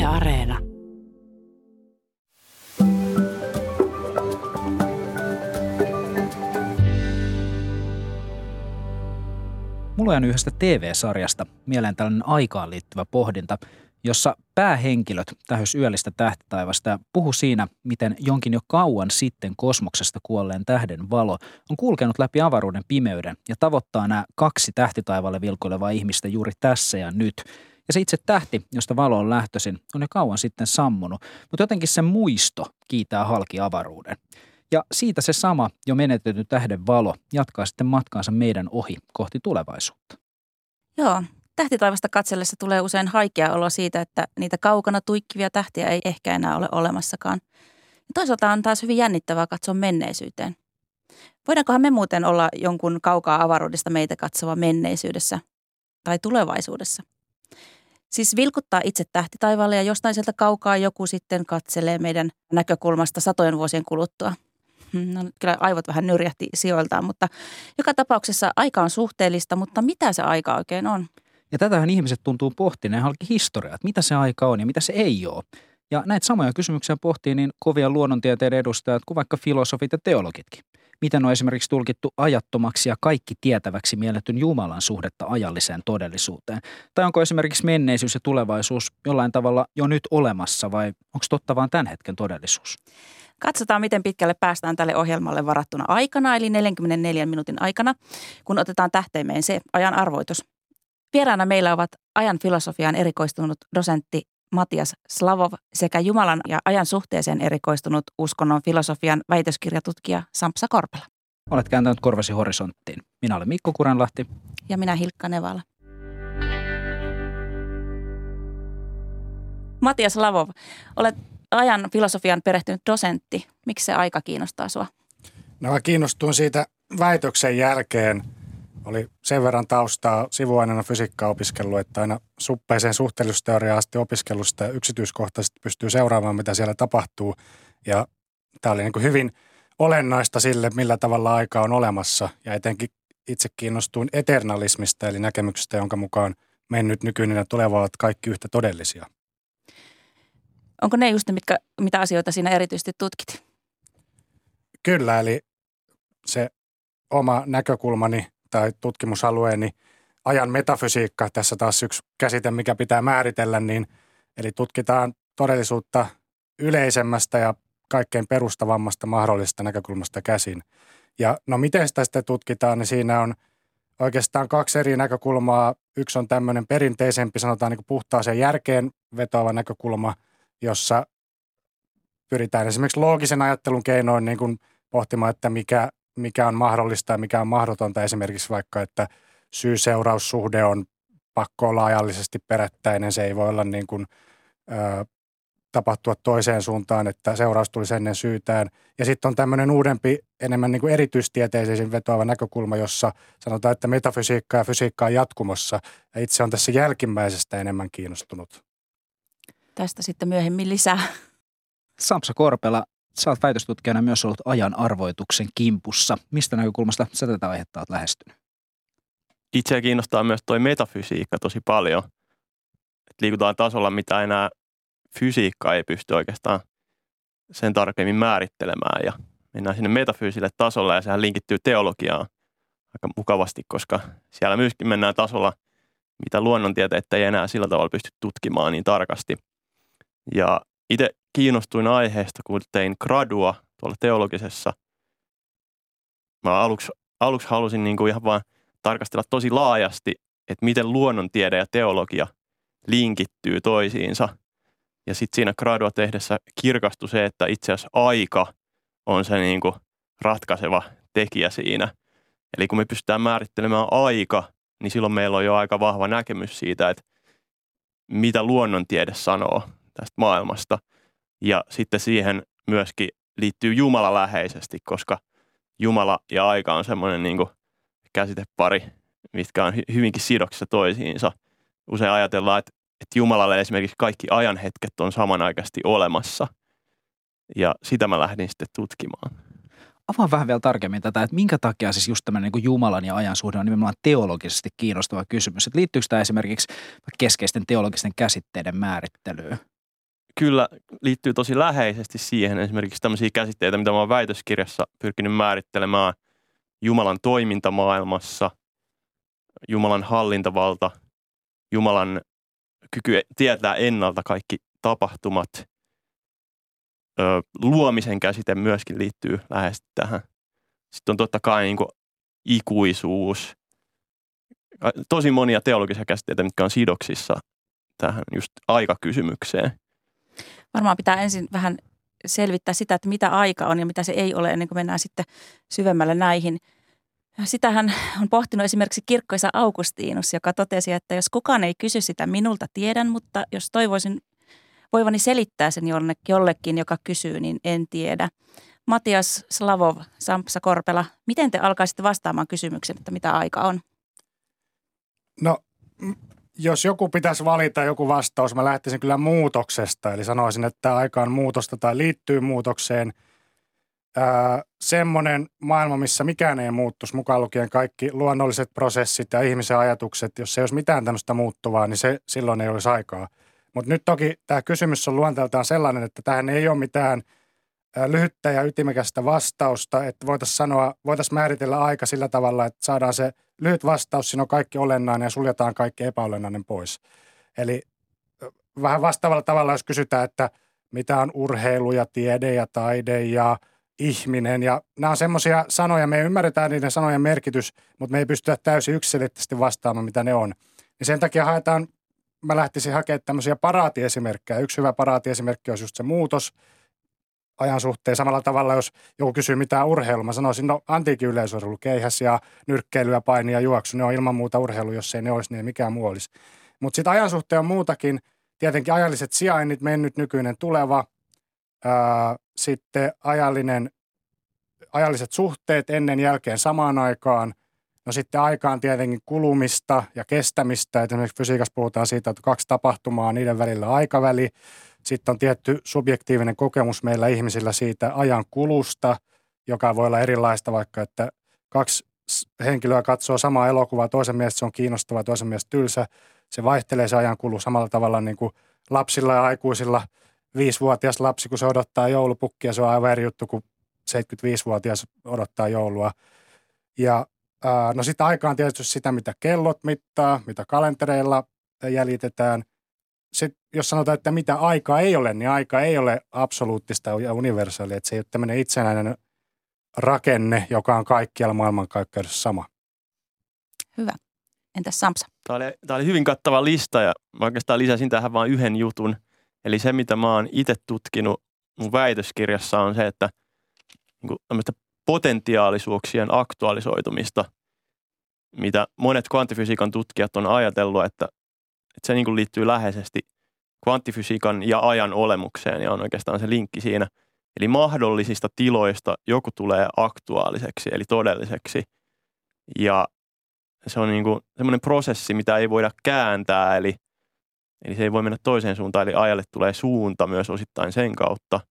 Areena. Mulla on yhdestä TV-sarjasta mieleen tällainen aikaan liittyvä pohdinta, jossa päähenkilöt tähys yöllistä tähtitaivasta ja puhu siinä, miten jonkin jo kauan sitten kosmoksesta kuolleen tähden valo on kulkenut läpi avaruuden pimeyden ja tavoittaa nämä 2 tähtitaivaalle vilkuilevaa ihmistä juuri tässä ja nyt. Ja se itse tähti, josta valo on lähtöisin, on jo kauan sitten sammunut, mutta jotenkin sen muisto kiitää halki avaruuden. Ja siitä se sama jo menetetty tähden valo jatkaa sitten matkaansa meidän ohi kohti tulevaisuutta. Joo, tähtitaivasta katsellessa tulee usein haikea olo siitä, että niitä kaukana tuikkivia tähtiä ei ehkä enää ole olemassakaan. Ja toisaalta on taas hyvin jännittävää katsoa menneisyyteen. Voidaankohan me muuten olla jonkun kaukaa avaruudesta meitä katsova menneisyydessä tai tulevaisuudessa? Siis vilkuttaa itse tähtitaivaalle ja jostain sieltä kaukaa joku sitten katselee meidän näkökulmasta satojen vuosien kuluttua. No, kyllä aivot vähän nyrjähti sijoiltaan, mutta joka tapauksessa aika on suhteellista, mutta mitä se aika oikein on? Ja tätähän ihmiset tuntuu pohtineen halki historiaa, että mitä se aika on ja mitä se ei ole. Ja näitä samoja kysymyksiä pohtii niin kovia luonnontieteiden edustajat kuin vaikka filosofit ja teologitkin. Miten on esimerkiksi tulkittu ajattomaksi ja kaikki tietäväksi mielletyn Jumalan suhdetta ajalliseen todellisuuteen? Tai onko esimerkiksi menneisyys ja tulevaisuus jollain tavalla jo nyt olemassa vai onko totta vaan tämän hetken todellisuus? Katsotaan, miten pitkälle päästään tälle ohjelmalle varattuna aikana, eli 44 minuutin aikana, kun otetaan tähteimeen se ajan arvoitus. Vieraana meillä ovat ajan filosofiaan erikoistunut dosentti Matias Slavov sekä Jumalan ja ajan suhteeseen erikoistunut uskonnon filosofian väitöskirjatutkija Sampsa Korpela. Olet kääntänyt korvasi horisonttiin. Minä olen Mikko Kurenlahti. Ja minä Hilkka Nevala. Matias Slavov, olet ajan filosofian perehtynyt dosentti. Miksi se aika kiinnostaa sinua? No, mä kiinnostuin siitä väitöksen jälkeen. Oli sen verran taustaa sivuaineena fysiikkaa opiskellut, että aina suppeeseen suhteellisuusteoriaan asti opiskelusta yksityiskohtaisesti pystyy seuraamaan, mitä siellä tapahtuu. Ja tämä oli niin kuin hyvin olennaista sille, millä tavalla aika on olemassa. Ja etenkin itse kiinnostuin eternalismista, eli näkemyksestä, jonka mukaan mennyt, nykyinen ja tuleva ovat kaikki yhtä todellisia. Onko ne just ne, mitä asioita siinä erityisesti tutkit? Kyllä, eli se oma näkökulmani tai tutkimusalueeni ajan metafysiikka, tässä taas yksi käsite, mikä pitää määritellä, niin eli tutkitaan todellisuutta yleisemmästä ja kaikkein perustavammasta mahdollisesta näkökulmasta käsin. Ja no miten sitä sitten tutkitaan, niin siinä on oikeastaan 2 eri näkökulmaa. Yksi on tämmöinen perinteisempi, sanotaan niin kuin puhtaaseen järkeen vetoava näkökulma, jossa pyritään esimerkiksi loogisen ajattelun keinoin niin kuin pohtimaan, että mikä on mahdollista ja mikä on mahdotonta. Esimerkiksi vaikka, että syy-seuraussuhde on pakko olla ajallisesti perättäinen. Se ei voi olla niin kuin, tapahtua toiseen suuntaan, että seuraus tulisi ennen syytään. Ja sitten on tämmöinen uudempi, enemmän niin kuin erityistieteisiin vetoava näkökulma, jossa sanotaan, että metafysiikka ja fysiikka on jatkumossa. Ja itse on tässä jälkimmäisestä enemmän kiinnostunut. Tästä sitten myöhemmin lisää. Sampsa Korpela, sä oot väitöstutkijana myös ollut ajan arvoituksen kimpussa. Mistä näkökulmasta sä tätä aihetta oot lähestynyt? Itseä kiinnostaa myös toi metafysiikka tosi paljon. Et liikutaan tasolla, mitä enää fysiikka ei pysty oikeastaan sen tarkemmin määrittelemään. Ja mennään sinne metafyysille tasolle ja sehän linkittyy teologiaan aika mukavasti, koska siellä myöskin mennään tasolla, mitä luonnontieteet ei enää sillä tavalla pysty tutkimaan niin tarkasti. Ja itse kiinnostuin aiheesta, kun tein gradua tuolla teologisessa. Mä aluksi halusin niin kuin ihan vaan tarkastella tosi laajasti, että miten luonnontiede ja teologia linkittyy toisiinsa. Ja sitten siinä gradua tehdessä kirkastui se, että itse asiassa aika on se niin kuin ratkaiseva tekijä siinä. Eli kun me pystytään määrittelemään aika, niin silloin meillä on jo aika vahva näkemys siitä, että mitä luonnontiede sanoo tästä maailmasta. Ja sitten siihen myöskin liittyy Jumala läheisesti, koska Jumala ja aika on semmoinen niin kuin käsitepari, mitkä on hyvinkin sidoksissa toisiinsa. Usein ajatellaan, että Jumalalle esimerkiksi kaikki ajanhetket on samanaikaisesti olemassa. Ja sitä mä lähdin sitten tutkimaan. Avaan vähän vielä tarkemmin tätä, että minkä takia siis just tämmöinen niin kuin Jumalan ja ajan suhde on nimenomaan teologisesti kiinnostava kysymys. Että liittyykö tämä esimerkiksi keskeisten teologisten käsitteiden määrittelyyn? kyllä liittyy tosi läheisesti siihen esimerkiksi tämmöisiä käsitteitä, mitä mä oon väitöskirjassa pyrkinyt määrittelemään. Jumalan toiminta maailmassa, Jumalan hallintavalta, Jumalan kyky tietää ennalta kaikki tapahtumat. Luomisen käsite myöskin liittyy läheisesti tähän. Sitten on totta kai niin kuin ikuisuus. Tosi monia teologisia käsitteitä, mitkä on sidoksissa tähän just aikakysymykseen. Varmaan pitää ensin vähän selvittää sitä, että mitä aika on ja mitä se ei ole, ennen kuin mennään sitten syvemmälle näihin. Sitähän on pohtinut esimerkiksi kirkkoisa Augustinus, joka totesi, että jos kukaan ei kysy sitä, minulta tiedän, mutta jos toivoisin voivani selittää sen jollekin, joka kysyy, niin en tiedä. Matias Slavov, Sampsa Korpela, miten te alkaisitte vastaamaan kysymykseen, että mitä aika on? No, jos joku pitäisi valita joku vastaus, mä lähtisin kyllä muutoksesta. Eli sanoisin, että aika on muutosta tai liittyy muutokseen. Semmoinen maailma, missä mikään ei muuttuisi, mukaan lukien kaikki luonnolliset prosessit ja ihmisen ajatukset. Jos ei olisi mitään tämmöistä muuttuvaa, niin se silloin ei olisi aikaa. Mutta nyt toki tämä kysymys on luonteeltaan sellainen, että tähän ei ole mitään lyhyttä ja ytimekästä vastausta, että voitaisiin määritellä aika sillä tavalla, että saadaan se lyhyt vastaus, siinä on kaikki olennainen ja suljetaan kaikki epäolennainen pois. Eli vähän vastaavalla tavalla, jos kysytään, että mitä on urheilu ja tiede ja taide ja ihminen. Ja nämä on semmoisia sanoja, me ymmärretään niiden sanojen merkitys, mutta me ei pystytä täysin yksilöllisesti vastaamaan, mitä ne on. Ja sen takia mä lähtisin hakemaan tämmöisiä paraatiesimerkkejä. Yksi hyvä paraatiesimerkki olisi just se muutos ajan suhteen. Samalla tavalla, jos joku kysyy mitään urheilua, mä sanoisin, no antiikin yleisurheilu, keihäs ja nyrkkeily ja paini ja juoksu, ne on ilman muuta urheilu, jos ei ne olisi, niin ei mikään muu olisi. Mutta sitten ajan suhteen on muutakin, tietenkin ajalliset sijainnit, mennyt, nykyinen, tuleva, sitten ajalliset suhteet ennen, jälkeen, samaan aikaan. No sitten aikaan tietenkin kulumista ja kestämistä. Et esimerkiksi fysiikassa puhutaan siitä, että 2 tapahtumaa, niiden välillä aikaväli. Sitten on tietty subjektiivinen kokemus meillä ihmisillä siitä ajan kulusta, joka voi olla erilaista, vaikka että 2 henkilöä katsoo samaa elokuvaa, toisen mielestä se on kiinnostava, toisen mielestä tylsä. Se vaihtelee se ajan kulu samalla tavalla niin kuin lapsilla ja aikuisilla. 5-vuotias lapsi, kun se odottaa joulupukkia, se on aivan eri juttu kuin 75-vuotias odottaa joulua. Ja no sitten aika on tietysti sitä, mitä kellot mittaa, mitä kalentereilla jäljitetään. Sitten jos sanotaan, että mitä aikaa ei ole, niin aika ei ole absoluuttista ja universaalia. Että se ei ole tämmöinen itsenäinen rakenne, joka on kaikkialla maailmankaikkeudessa sama. Hyvä. Entäs Sampsa? Tämä oli hyvin kattava lista ja mä oikeastaan lisäsin tähän vain yhden jutun. Eli se, mitä mä oon itse tutkinut mun väitöskirjassa on se, että niin tämmöistä potentiaalisuuksien aktualisoitumista, mitä monet kvanttifysiikan tutkijat on ajatellut, että se niin kuin liittyy läheisesti kvanttifysiikan ja ajan olemukseen ja on oikeastaan se linkki siinä. Eli mahdollisista tiloista joku tulee aktuaaliseksi, eli todelliseksi. Ja se on niin kuin semmoinen prosessi, mitä ei voida kääntää, eli se ei voi mennä toiseen suuntaan, eli ajalle tulee suunta myös osittain sen kautta.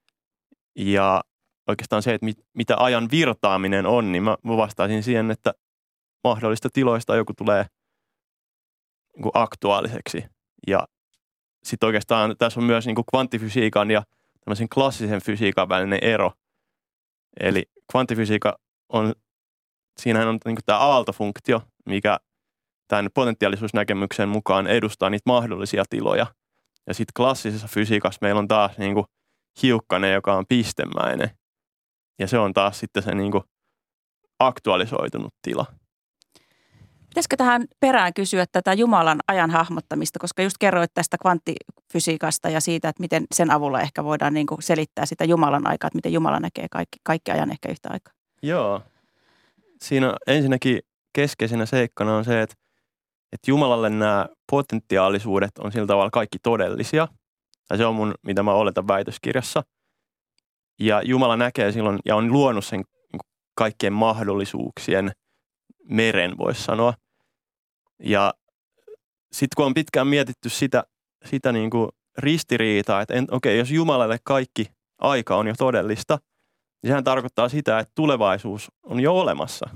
Ja oikeastaan se, että mitä ajan virtaaminen on, niin mä vastaisin siihen, että mahdollista tiloista joku tulee niin kuin aktuaaliseksi. Ja sitten oikeastaan tässä on myös niin kuin kvanttifysiikan ja tämmöisen klassisen fysiikan välinen ero. Eli kvanttifysiikka on, siinähän on niin kuin tämä aaltofunktio, mikä tämän potentiaalisuusnäkemyksen mukaan edustaa niitä mahdollisia tiloja. Ja sitten klassisessa fysiikassa meillä on taas niin kuin hiukkanen, joka on pistemäinen. Ja se on taas sitten se niin kuin aktualisoitunut tila. Pitäisikö tähän perään kysyä tätä Jumalan ajan hahmottamista, koska just kerroit tästä kvanttifysiikasta ja siitä, että miten sen avulla ehkä voidaan niin kuin selittää sitä Jumalan aikaa, että miten Jumala näkee kaikki ajan ehkä yhtä aikaa. Joo. Siinä ensinnäkin keskeisenä seikkana on se, että Jumalalle nämä potentiaalisuudet on sillä tavalla kaikki todellisia. Tai se on mitä mä oletan väitöskirjassa. Ja Jumala näkee silloin ja on luonut sen kaikkien mahdollisuuksien meren, voisi sanoa. Ja sitten kun on pitkään mietitty sitä niin kuin ristiriitaa, että okei, jos Jumalalle kaikki aika on jo todellista, niin sehän tarkoittaa sitä, että tulevaisuus on jo olemassa.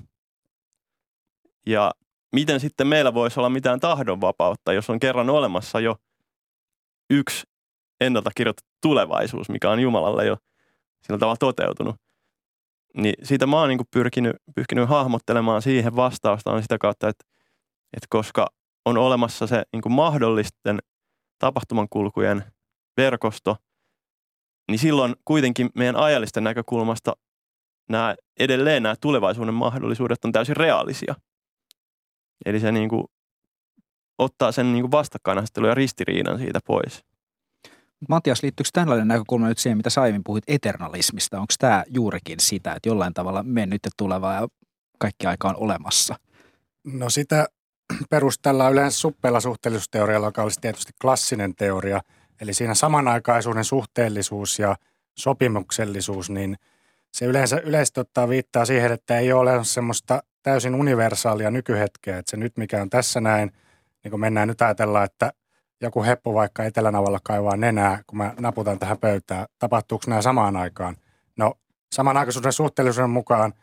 Ja miten sitten meillä voisi olla mitään tahdonvapautta, jos on kerran olemassa jo yksi ennalta kirjoitettu tulevaisuus, mikä on Jumalalle jo sillä tavalla toteutunut. Niin siitä mä oon niin kuin pyrkinyt hahmottelemaan siihen vastausta on sitä kautta, että koska on olemassa se niin kuin mahdollisten tapahtumankulkujen verkosto, niin silloin kuitenkin meidän ajallisten näkökulmasta edelleen nämä tulevaisuuden mahdollisuudet on täysin reaalisia. Eli se niin kuin ottaa sen niin kuin vastakkainasettelun ja ristiriidan siitä pois. Matias, liittyykö tällainen näkökulma nyt siihen, mitä sä aiemmin puhuit eternalismista? Onko tämä juurikin sitä, että jollain tavalla mennyt ja tuleva ja kaikki aika on olemassa? No sitä perustellaan yleensä suppealla suhteellisuusteorialla, joka olisi tietysti klassinen teoria. Eli siinä samanaikaisuuden suhteellisuus ja sopimuksellisuus, niin se yleisesti viittaa siihen, että ei ole semmoista täysin universaalia nykyhetkeä. Että se nyt, mikä on tässä näin, niin kun mennään nyt ajatellaan, että joku heppu vaikka Etelänavalla kaivaa nenää, kun mä naputan tähän pöytään, tapahtuuko nämä samaan aikaan? No samanaikaisuuden suhteellisuuden mukaan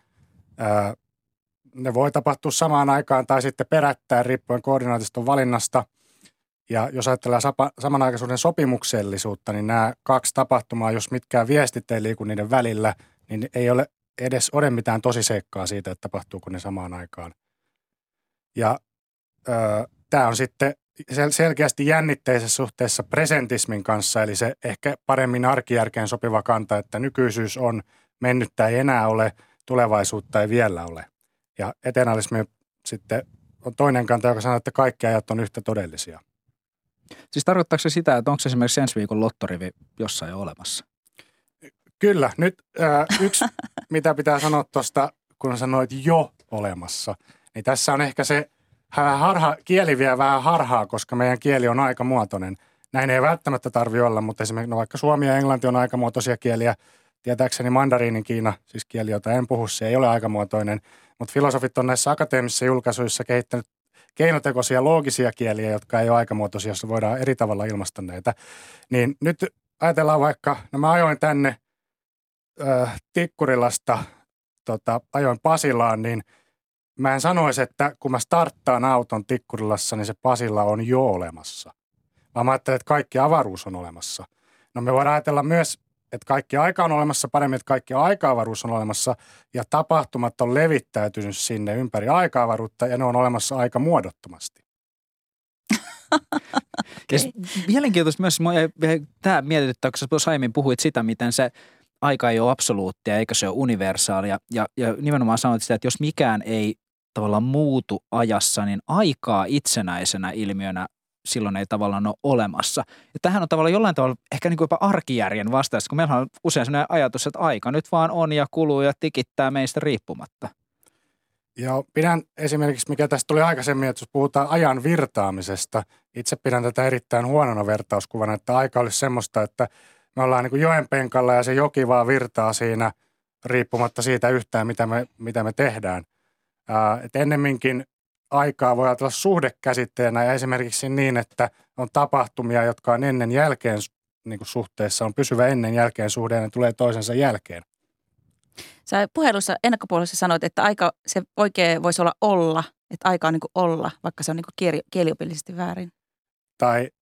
ne voi tapahtua samaan aikaan tai sitten perättäin riippuen koordinaatiston valinnasta. Ja jos ajatellaan samanaikaisuuden sopimuksellisuutta, niin nämä kaksi tapahtumaa, jos mitkään viestit ei liiku niiden välillä, niin ei ole mitään tosiseikkaa siitä, että tapahtuuko ne samaan aikaan. Ja tämä on sitten selkeästi jännitteisessä suhteessa presentismin kanssa, eli se ehkä paremmin arkijärkeen sopiva kanta, että nykyisyys on, mennyttä ei enää ole, tulevaisuutta ei vielä ole. Ja eternalismi sitten on toinen kanta, joka sanoo, että kaikki ajat on yhtä todellisia. Siis tarkoittaako se sitä, että onko esimerkiksi ensi viikon lottorivi jossain jo olemassa? Kyllä. Nyt yksi, mitä pitää sanoa tuosta, kun sanoit jo olemassa, niin tässä on ehkä se kieli vie vähän harhaa, koska meidän kieli on aikamuotoinen. Näin ei välttämättä tarvitse olla, mutta esimerkiksi vaikka suomi ja englanti on aikamuotoisia kieliä. Tietääkseni mandariinin Kiina, siis kieli, jota en puhu, se ei ole aikamuotoinen. Mutta filosofit on näissä akateemisissa julkaisuissa kehittänyt keinotekoisia loogisia kieliä, jotka ei ole aikamuotoisia, joissa voidaan eri tavalla ilmaista näitä. Niin nyt ajatellaan vaikka, mä ajoin tänne Tikkurilasta, ajoin Pasilaan, niin mä en sanoisi, että kun mä starttaan auton Tikkurilassa, niin se Pasila on jo olemassa. Vaan mä ajattelen, että kaikki avaruus on olemassa. No me voidaan ajatella myös, että kaikki aika on olemassa paremmin, että kaikki aika-avaruus on olemassa ja tapahtumat on levittäytynyt sinne ympäri aika-avaruutta ja ne on olemassa aika muodottomasti. Okay. Mielenkiintoista myös, tämä mietityttää, kun sä aiemmin puhuit sitä, miten se aika ei ole absoluuttia eikä se ole universaalia ja nimenomaan sanoit sitä, että jos mikään ei tavallaan muutu ajassa, niin aikaa itsenäisenä ilmiönä silloin ei tavallaan ole olemassa. Ja tämähän on tavallaan jollain tavalla ehkä niin kuin jopa arkijärjen vastaista, kun meillä on usein sellainen ajatus, että aika nyt vaan on ja kuluu ja tikittää meistä riippumatta. Joo, pidän esimerkiksi, mikä tästä tuli aikaisemmin, että jos puhutaan ajan virtaamisesta, itse pidän tätä erittäin huonona vertauskuvana, että aika olisi semmoista, että me ollaan niin kuin joen penkalla ja se joki vaan virtaa siinä riippumatta siitä yhtään, mitä me tehdään. Et ennemminkin aikaa voi ajatella suhdekäsitteenä ja esimerkiksi niin, että on tapahtumia, jotka on ennen jälkeen niin kuin suhteessa, on pysyvä ennen jälkeen suhde ja ne tulee toisensa jälkeen. Sä puhelussa ennakkopuolessa sanoit, että aika se oikein voisi olla, että aika on niin kuin olla, vaikka se on niin kuin kieliopillisesti väärin. Tai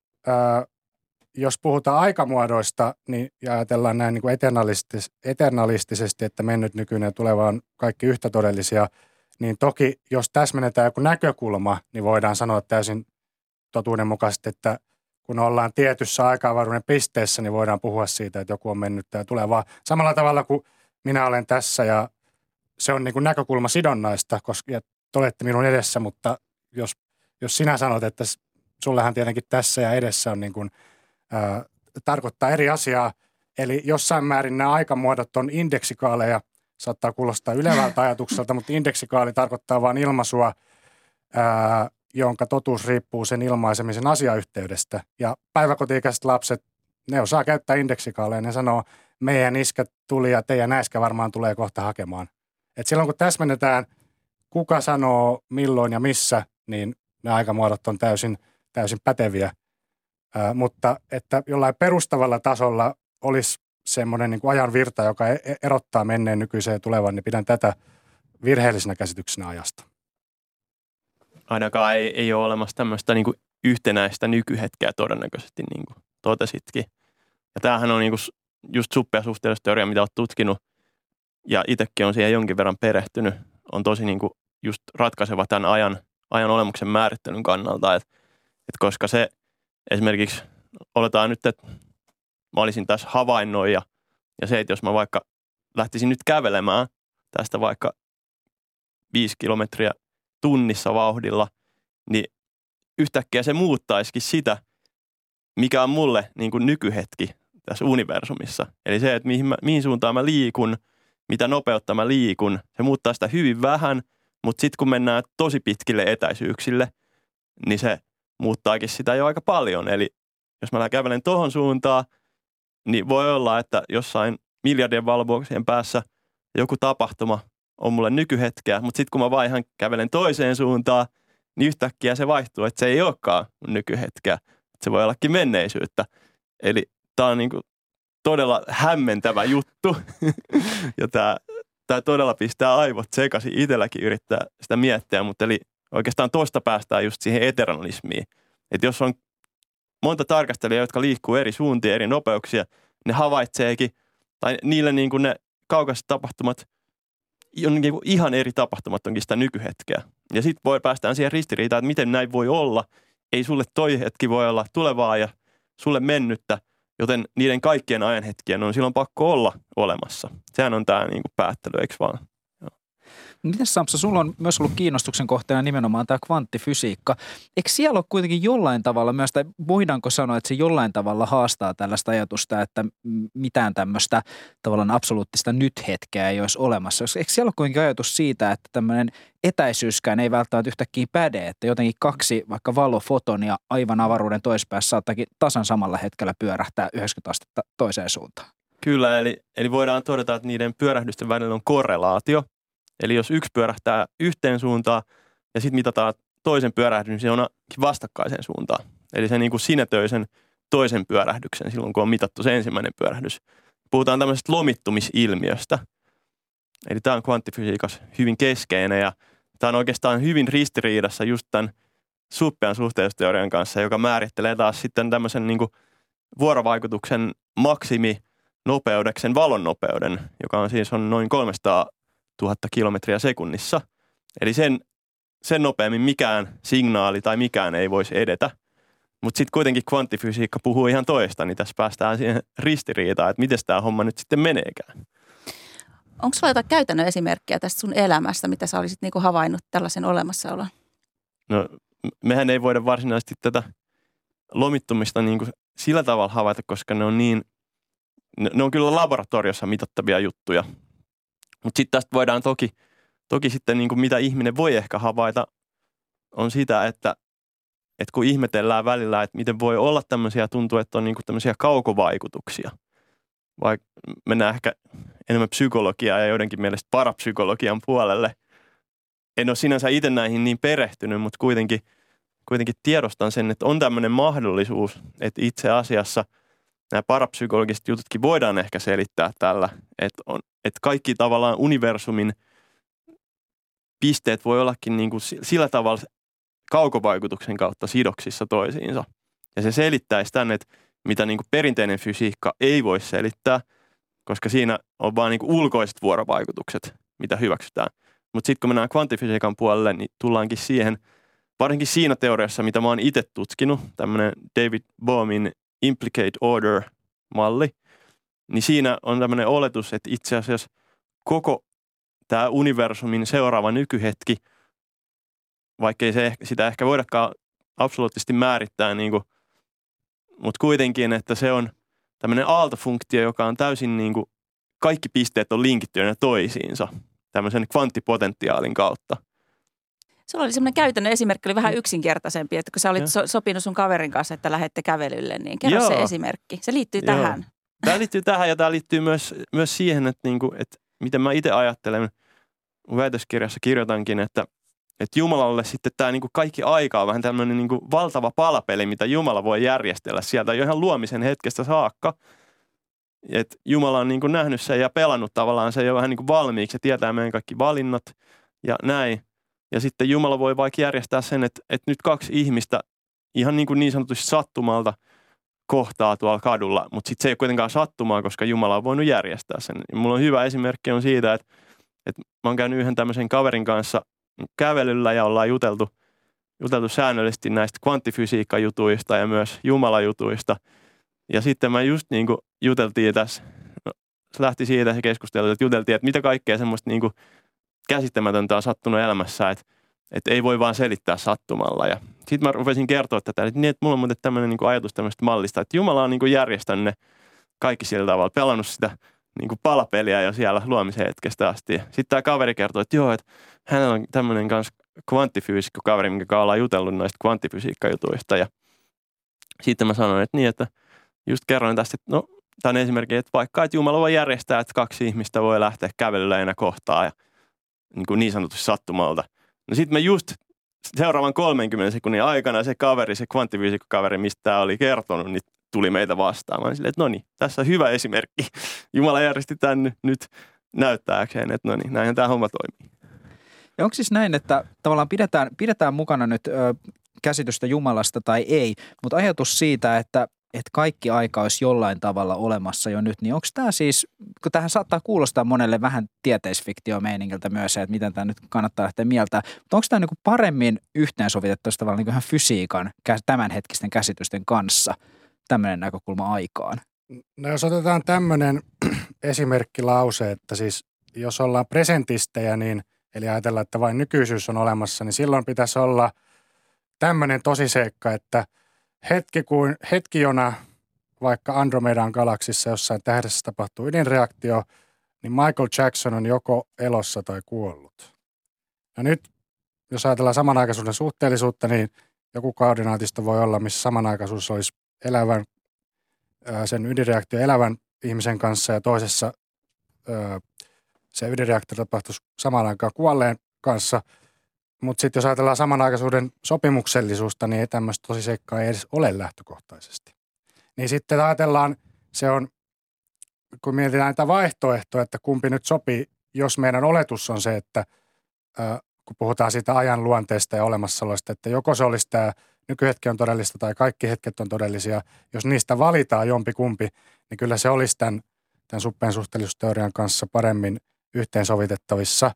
jos puhutaan aikamuodoista niin, ja ajatellaan näin niin kuin eternalistisesti, että mennyt, nykyinen ja tuleva on kaikki yhtä todellisia, niin toki jos täsmennetään joku näkökulma, niin voidaan sanoa täysin totuudenmukaisesti, että kun ollaan tietyssä aika-avaruuden pisteessä, niin voidaan puhua siitä, että joku on mennyt ja tulevaa. Samalla tavalla kuin minä olen tässä ja se on niin kuin näkökulma sidonnaista, koska te olette minun edessä, mutta jos sinä sanot, että sullehan tietenkin tässä ja edessä on niin kuin, tarkoittaa eri asiaa. Eli jossain määrin nämä aikamuodot on indeksikaaleja, saattaa kuulostaa ylevältä ajatukselta, mutta indeksikaali tarkoittaa vain ilmaisua, jonka totuus riippuu sen ilmaisemisen asiayhteydestä. Ja päiväkoti-ikäiset lapset, ne osaa käyttää indeksikaaleja, ne sanoo, meidän iskä tuli ja teidän äiskä varmaan tulee kohta hakemaan. Et silloin kun täsmennetään, kuka sanoo milloin ja missä, niin nämä aikamuodot on täysin päteviä. Mutta että jollain perustavalla tasolla olisi semmoinen niin kuin ajan virta, joka erottaa menneen, nykyiseen ja tulevan, niin pidän tätä virheellisenä käsityksenä ajasta. Ainakaan ei ole olemassa tämmöistä niin kuin yhtenäistä nykyhetkeä todennäköisesti, niin kuin totesitkin. Ja tämähän on niin kuin just suppea suhteellisuusteoria, mitä olet tutkinut, ja itsekin on siihen jonkin verran perehtynyt, on tosi niin kuin just ratkaiseva tämän ajan olemuksen määrittelyn kannalta, että koska se esimerkiksi, oletaan nyt, että mä olisin tässä havainnoija, ja se, että jos mä vaikka lähtisin nyt kävelemään tästä vaikka 5 kilometriä tunnissa vauhdilla, niin yhtäkkiä se muuttaisikin sitä, mikä on mulle niin kuin nykyhetki tässä universumissa. Eli se, että mihin suuntaan mä liikun, mitä nopeutta mä liikun, se muuttaa sitä hyvin vähän, mutta sitten kun mennään tosi pitkille etäisyyksille, niin se muuttaakin sitä jo aika paljon. Eli jos mä kävelen tohon suuntaan, niin voi olla, että jossain miljardien valovuosien päässä joku tapahtuma on mulle nykyhetkeä, mutta sitten kun mä vaihan kävelen toiseen suuntaan, niin yhtäkkiä se vaihtuu, että se ei olekaan mun nykyhetkeä. Se voi ollakin menneisyyttä. Eli tää on niinku todella hämmentävä juttu. Ja tää todella pistää aivot sekaisin. Itselläkin yrittää sitä miettiä, mutta eli oikeastaan tosta päästään just siihen eternalismiin. Että jos on monta tarkastelijaa, jotka liikkuu eri suuntia, eri nopeuksia, ne havaitseekin, tai niille niin kuin ne kaukaiset tapahtumat, on niin kuin ihan eri tapahtumat onkin sitä nykyhetkeä. Ja sitten päästään siihen ristiriitaan, että miten näin voi olla. Ei sulle toi hetki voi olla tulevaa ja sulle mennyttä, joten niiden kaikkien ajanhetkien on silloin pakko olla olemassa. Sehän on tämä niin kuin päättely, eikö vaan? Miten Sampsa, sulla on myös ollut kiinnostuksen kohteena nimenomaan tämä kvanttifysiikka. Eikö siellä ole kuitenkin jollain tavalla myös, tai voidaanko sanoa, että se jollain tavalla haastaa tällaista ajatusta, että mitään tämmöistä tavallaan absoluuttista nyt-hetkeä ei olisi olemassa? Eikö siellä ole kuitenkin ajatus siitä, että tämmöinen etäisyyskään ei välttämättä yhtäkkiä päde, että jotenkin 2 vaikka valofotonia aivan avaruuden toispäässä saattaakin tasan samalla hetkellä pyörähtää 90 astetta toiseen suuntaan? Kyllä, eli voidaan todeta, että niiden pyörähdysten välillä on korrelaatio. Eli jos yksi pyörähtää yhteen suuntaan ja sitten mitataan toisen pyörähdyksen, niin se on vastakkaiseen suuntaan. Eli se niin kuin sinetöi sen toisen pyörähdyksen silloin, kun on mitattu se ensimmäinen pyörähdys. Puhutaan tämmöisestä lomittumisilmiöstä. Eli tämä on kvanttifysiikassa hyvin keskeinen ja tämä on oikeastaan hyvin ristiriidassa just tämän suppean suhteellisuusteorian kanssa, joka määrittelee taas sitten tämmöisen niin kuin vuorovaikutuksen maksiminopeudeksi valon nopeuden, joka on siis noin 300 000 kilometriä sekunnissa. Eli sen nopeammin mikään signaali tai mikään ei voisi edetä. Mutta sitten kuitenkin kvanttifysiikka puhuu ihan toista, niin tässä päästään siihen ristiriitaan, että miten tämä homma nyt sitten meneekään. Onko sulla jotain käytännön esimerkkejä tästä sun elämästä, mitä sä olisit niinku havainnut tällaisen olemassaolon? No mehän ei voida varsinaisesti tätä lomittumista niinku sillä tavalla havaita, koska ne on kyllä laboratoriossa mitattavia juttuja. Mutta sitten tästä voidaan toki sitten niin kuin mitä ihminen voi ehkä havaita, on sitä, että kun ihmetellään välillä, että miten voi olla tämmöisiä, tuntuu, että on niin kuin tämmöisiä kaukovaikutuksia. Vaikka mennään ehkä enemmän psykologiaa ja joidenkin mielestä parapsykologian puolelle. En ole sinänsä itse näihin niin perehtynyt, mutta kuitenkin tiedostan sen, että on tämmöinen mahdollisuus, että itse asiassa nämä parapsykologiset jututkin voidaan ehkä selittää tällä, että kaikki tavallaan universumin pisteet voi ollakin niin kuin sillä tavalla kaukovaikutuksen kautta sidoksissa toisiinsa. Ja se selittäisi tämän, että mitä niin kuin perinteinen fysiikka ei voi selittää, koska siinä on vaan niin kuin ulkoiset vuorovaikutukset, mitä hyväksytään. Mutta sitten kun mennään kvanttifysiikan puolelle, niin tullaankin siihen, varsinkin siinä teoriassa, mitä mä oon itse tutkinut, tämmöinen David Bohmin implicate order-malli, niin siinä on tämmöinen oletus, että itse asiassa koko tämä universumin seuraava nykyhetki, vaikkei sitä ehkä voidakaan absoluuttisesti määrittää, niin kuin, mutta kuitenkin, että se on tämmöinen aaltofunktio, joka on täysin niin kuin, kaikki pisteet on linkittyneet toisiinsa tämmöisen kvanttipotentiaalin kautta. Sulla oli semmoinen käytännön esimerkki, oli vähän yksinkertaisempi, että kun sä olit sopinut sun kaverin kanssa, että lähdette kävelylle, niin kerro se esimerkki. Se liittyy tähän. Tämä liittyy tähän ja tämä liittyy myös siihen, että miten mä itse ajattelen, mun väitöskirjassa kirjoitankin, että Jumalalle sitten tämä kaikki aika on vähän tämmöinen valtava palapeli, mitä Jumala voi järjestellä sieltä jo ihan luomisen hetkestä saakka. Että Jumala on nähnyt sen ja pelannut tavallaan sen jo vähän valmiiksi ja tietää meidän kaikki valinnat ja näin. Ja sitten Jumala voi vaikka järjestää sen, että nyt 2 ihmistä ihan niin sanotusti sattumalta kohtaa tuolla kadulla, mutta sitten se ei ole kuitenkaan sattumaa, koska Jumala on voinut järjestää sen. Ja mulla on hyvä esimerkki on siitä, että mä oon käynyt yhden tämmöisen kaverin kanssa kävelyllä ja ollaan juteltu säännöllisesti näistä kvanttifysiikkajutuista ja myös Jumalajutuista. Ja sitten mä just niin kuin juteltiin tässä, se lähti siitä se keskustelu, että juteltiin, että mitä kaikkea semmoista niin kuin käsittämätöntä on sattunut elämässä, että ei voi vaan selittää sattumalla. Ja sitten mä rupesin kertoa tätä, että mulla on muuten tämmöinen niin kuin ajatus tämmöistä mallista, että Jumala on niin kuin järjestänyt ne kaikki sillä tavalla, pelannut sitä niin kuin palapeliä jo siellä luomisen hetkestä asti. Sitten tämä kaveri kertoi, että joo, että hänellä on tämmöinen kanssa kvanttifyysikko kaveri, minkä ollaan jutellut noista kvanttifysiikkajutuista. Ja sitten mä sanoin, että niin, että just kerroin tästä, että no, tämän esimerkin, että vaikka että Jumala voi järjestää, että 2 ihmistä voi lähteä kävelyllä enää kohtaa ja niin sanotusti sattumalta. No sitten me just seuraavan 30 sekunnin aikana se kvanttifyysikkokaveri, mistä tämä oli kertonut, niin tuli meitä vastaamaan. Silleen, että no niin, tässä on hyvä esimerkki. Jumala järjesti tämän nyt näyttääkseen, että no niin, näinhän tämä homma toimii. Ja onko siis näin, että tavallaan pidetään mukana nyt käsitystä Jumalasta tai ei, mutta ajatus siitä, että kaikki aika olisi jollain tavalla olemassa jo nyt, niin onko tämä siis, kun tähän saattaa kuulostaa monelle vähän tieteisfiktio-meiningiltä myös, että miten tämä nyt kannattaa lähteä mieltä, mutta onko tämä niin kuin paremmin yhteensovitettu tavallaan niin kuin ihan fysiikan tämänhetkisten käsitysten kanssa tämmöinen näkökulma aikaan? No jos otetaan tämmöinen esimerkkilause, että siis jos ollaan presentistejä, niin eli ajatellaan, että vain nykyisyys on olemassa, niin silloin pitäisi olla tämmöinen tosiseikka, että hetki jona vaikka Andromedan galaksissa jossain tähdessä tapahtuu ydinreaktio, niin Michael Jackson on joko elossa tai kuollut. Ja nyt, jos ajatellaan samanaikaisuuden suhteellisuutta, niin joku koordinaatista voi olla, missä samanaikaisuus olisi sen ydinreaktio elävän ihmisen kanssa ja toisessa se ydinreaktio tapahtuisi samaan aikaan kuolleen kanssa. Mutta sitten jos ajatellaan samanaikaisuuden sopimuksellisuutta, niin ei tämmöistä tosiseikkaa ei edes ole lähtökohtaisesti. Niin sitten ajatellaan, se on, kun mietitään näitä vaihtoehtoja, että kumpi nyt sopii, jos meidän oletus on se, että kun puhutaan siitä ajan luonteesta ja olemassaolosta, että joko se olisi tämä nykyhetki on todellista tai kaikki hetket on todellisia, jos niistä valitaan jompikumpi, niin kyllä se olisi tämän suppeasuhteellisuusteorian kanssa paremmin yhteensovitettavissa.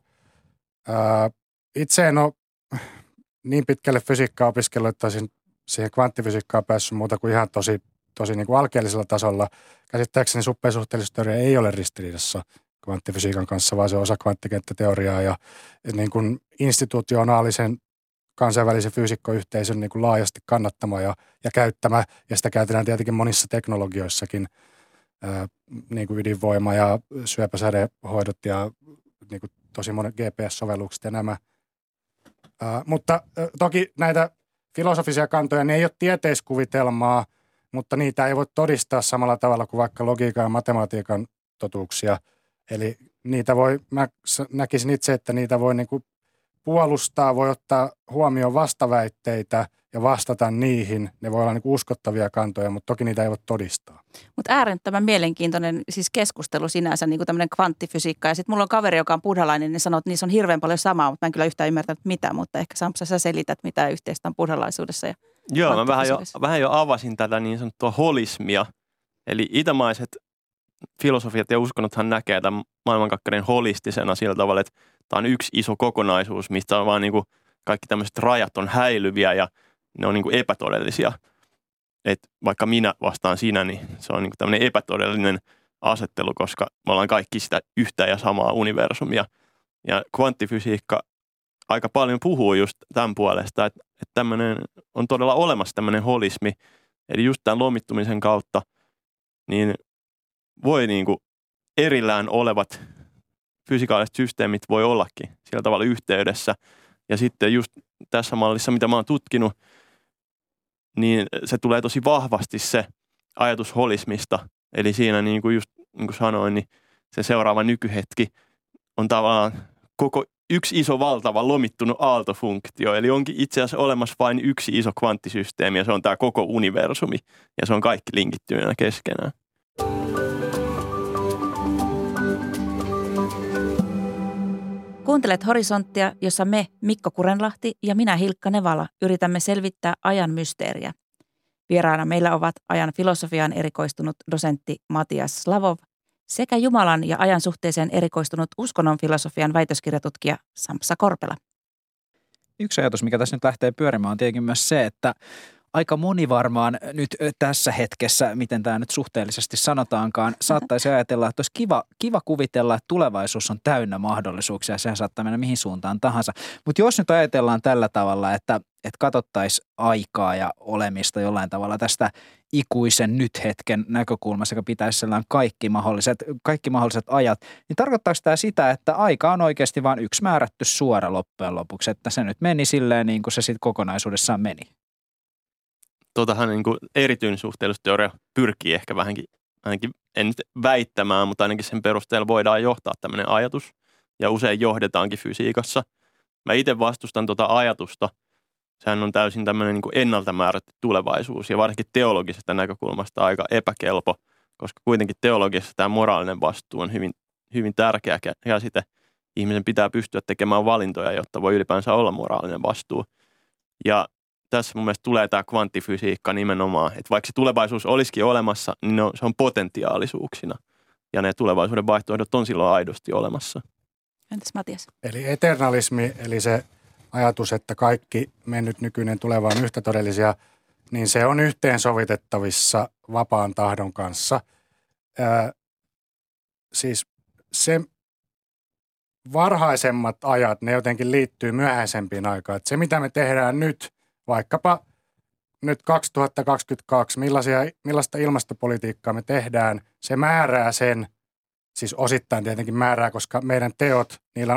Itse en ole niin pitkälle fysiikkaa opiskellut, että olisin siihen kvanttifysiikkaan päässyt muuta kuin ihan tosi niin kuin alkeellisella tasolla. Käsittääkseni suppeasuhteellisuusteoria ei ole ristiriidassa kvanttifysiikan kanssa, vaan se on osa kvanttikenttäteoriaa ja niin kuin institutionaalisen kansainvälisen fysiikkoyhteisön niin kuin laajasti kannattama ja käyttämä, ja sitä käytetään tietenkin monissa teknologioissakin, niin kuin ydinvoima ja syöpäsädehoidot ja niin kuin tosi monet GPS-sovellukset ja nämä. Mutta toki näitä filosofisia kantoja, ne ei ole tieteiskuvitelmaa, mutta niitä ei voi todistaa samalla tavalla kuin vaikka logiikan ja matematiikan totuuksia. Eli mä näkisin itse, että niitä voi niin kuin puolustaa, voi ottaa huomioon vastaväitteitä ja vastata niihin. Ne voi olla niin kuin uskottavia kantoja, mutta toki niitä ei voi todistaa. Mutta äärettömän mielenkiintoinen siis keskustelu sinänsä, niin kuin tämmöinen kvanttifysiikka. Ja sitten mulla on kaveri, joka on buddhalainen, niin sanoo, että niissä on hirveän paljon samaa, mutta mä en kyllä yhtään ymmärtänyt mitä, mutta ehkä Sampsa sä selität, mitä yhteistä on buddhalaisuudessa ja Joo, mä vähän jo avasin tätä niin sanottua holismia. Eli itämaiset filosofiat ja uskonnothan näkee tämän maailmankaikkeuden holistisena sillä tavalla, että tämä on yksi iso kokonaisuus, mistä on vaan niin kuin kaikki tämmöiset rajat on häilyviä ja ne on niin kuin epätodellisia. Et vaikka minä vastaan sinä, niin se on niin kuin tämmöinen epätodellinen asettelu, koska me ollaan kaikki sitä yhtä ja samaa universumia. Ja kvanttifysiikka aika paljon puhuu just tämän puolesta, että tämmöinen on todella olemassa tämmöinen holismi. Eli just tämän lomittumisen kautta niin voi niin kuin erillään olevat fysikaaliset systeemit voi ollakin sillä tavalla yhteydessä. Ja sitten just tässä mallissa, mitä mä oon tutkinut, niin se tulee tosi vahvasti se ajatus holismista. Eli siinä niin kuin just niin kuin sanoin, niin se seuraava nykyhetki on tavallaan koko yksi iso valtava lomittunut aaltofunktio. Eli onkin itse asiassa olemassa vain yksi iso kvanttisysteemi ja se on tämä koko universumi. Ja se on kaikki linkittyneena keskenään. Kuuntelet Horisonttia, jossa me, Mikko Kurenlahti ja minä Hilkka Nevala, yritämme selvittää ajan mysteeriä. Vieraana meillä ovat ajan filosofiaan erikoistunut dosentti Matias Slavov sekä Jumalan ja ajan suhteeseen erikoistunut uskonnon filosofian väitöskirjatutkija Sampsa Korpela. Yksi ajatus, mikä tässä nyt lähtee pyörimään, on tietenkin myös se, että aika moni varmaan nyt tässä hetkessä, miten tämä nyt suhteellisesti sanotaankaan, saattaisi ajatella, että olisi kiva kuvitella, että tulevaisuus on täynnä mahdollisuuksia ja sehän saattaa mennä mihin suuntaan tahansa. Mutta jos nyt ajatellaan tällä tavalla, että katsottaisiin aikaa ja olemista jollain tavalla tästä ikuisen nyt hetken näkökulmassa, joka pitäisi sellainen kaikki mahdolliset ajat, niin tarkoittaako tämä sitä, että aika on oikeasti vain yksi määrätty suora loppujen lopuksi, että se nyt meni silleen niin kuin se sitten kokonaisuudessaan meni? Totahan niin kuin erityinen suhteellisuusteoria pyrkii ehkä ainakin en nyt väittämään, mutta ainakin sen perusteella voidaan johtaa tämmöinen ajatus ja usein johdetaankin fysiikassa. Mä itse vastustan tuota ajatusta. Sehän on täysin tämmöinen niin kuin ennalta määrätty tulevaisuus ja varsinkin teologisesta näkökulmasta aika epäkelpo, koska kuitenkin teologisessa tämä moraalinen vastuu on hyvin, hyvin tärkeä käsite. Ihmisen pitää pystyä tekemään valintoja, jotta voi ylipäänsä olla moraalinen vastuu. Ja tässä mun mielestä tulee tämä kvanttifysiikka nimenomaan, että vaikka se tulevaisuus olisikin olemassa, niin se on potentiaalisuuksina. Ja ne tulevaisuuden vaihtoehdot on silloin aidosti olemassa. Entäs Matias? Eli eternalismi, eli se ajatus, että kaikki mennyt, nykyinen, tuleva on yhtä todellisia, niin se on yhteensovitettavissa vapaan tahdon kanssa. Siis se varhaisemmat ajat, ne jotenkin liittyy myöhäisempiin aikaan. Että se, mitä me tehdään nyt, vaikkapa nyt 2022, millaista ilmastopolitiikkaa me tehdään, se määrää sen, siis osittain tietenkin määrää, koska meidän teot, niillä on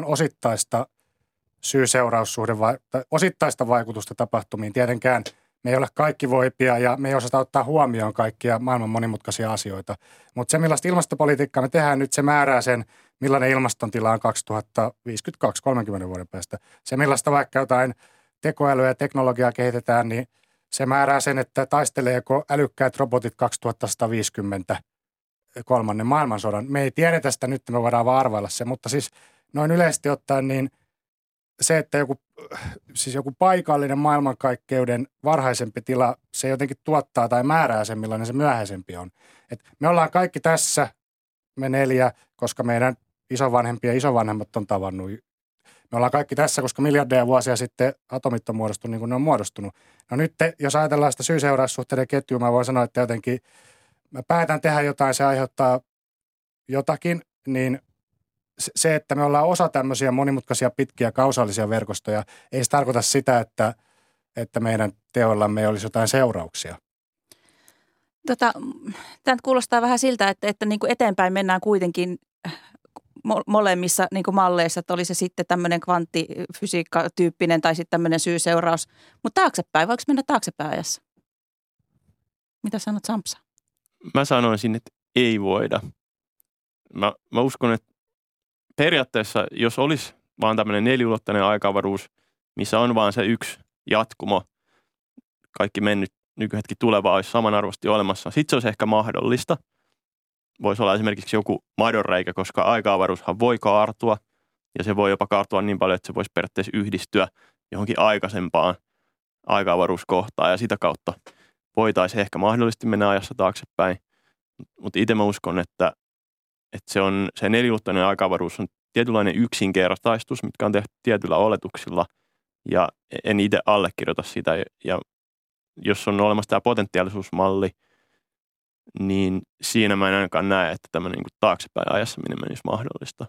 osittaista vaikutusta tapahtumiin. Tietenkään me ei ole kaikki voipia ja me ei osata ottaa huomioon kaikkia maailman monimutkaisia asioita. Mutta se, millaista ilmastopolitiikkaa me tehdään nyt, se määrää sen, millainen ilmaston tila on 2052, 30 vuoden päästä. Se, millaista vaikka jotain tekoälyä ja teknologiaa kehitetään, niin se määrää sen, että taisteleeko älykkäät robotit 2150 kolmannen maailmansodan. Me ei tiedetä sitä nyt, me voidaan vaan arvailla se, mutta siis noin yleisesti ottaen niin se, että joku paikallinen maailmankaikkeuden varhaisempi tila, se jotenkin tuottaa tai määrää sen, millainen se myöhäisempi on. Et me ollaan kaikki tässä, me 4, koska meidän isovanhempia ja isovanhemmat on tavannut. Me ollaan kaikki tässä, koska miljardeja vuosia sitten atomit on muodostunut niin kuin ne on muodostunut. No nyt, jos ajatellaan sitä syy-seuraussuhteiden ketjua, mä voin sanoa, että jotenkin mä päätän tehdä jotain, se aiheuttaa jotakin, niin se, että me ollaan osa tämmöisiä monimutkaisia pitkiä kausaalisia verkostoja, ei se tarkoita sitä, että meidän teoillamme ei olisi jotain seurauksia. Tämä kuulostaa vähän siltä, että niin kuin eteenpäin mennään kuitenkin molemmissa niin kuin malleissa, että oli se sitten tämmöinen kvanttifysiikka-tyyppinen tai sitten tämmöinen syy-seuraus. Mutta taaksepäin, voiko mennä taaksepäin ajassa? Mitä sanot, Sampsa? Mä sanoisin, että ei voida. Mä uskon, että periaatteessa, jos olisi vaan tämmöinen neliulotteinen aikavaruus, missä on vaan se yksi jatkumo, kaikki mennyt nykyhetki tuleva olisi samanarvoisesti olemassa, sitten se olisi ehkä mahdollista. Voisi olla esimerkiksi joku madonreikä, koska aika-avaruushan voi kaartua, ja se voi jopa kaartua niin paljon, että se voisi periaatteessa yhdistyä johonkin aikaisempaan aika-avaruuskohtaan, ja sitä kautta voitaisiin ehkä mahdollisesti mennä ajassa taaksepäin. Mutta itse mä uskon, että se neliulotteinen aika-avaruus on tietynlainen yksinkertaistus, mitkä on tehty tietyillä oletuksilla, ja en itse allekirjoita sitä. Ja jos on olemassa tämä potentiaalisuusmalli, niin siinä mä en ainakaan näe, että tämmöinen niin taaksepäin ajassa menisi mahdollista.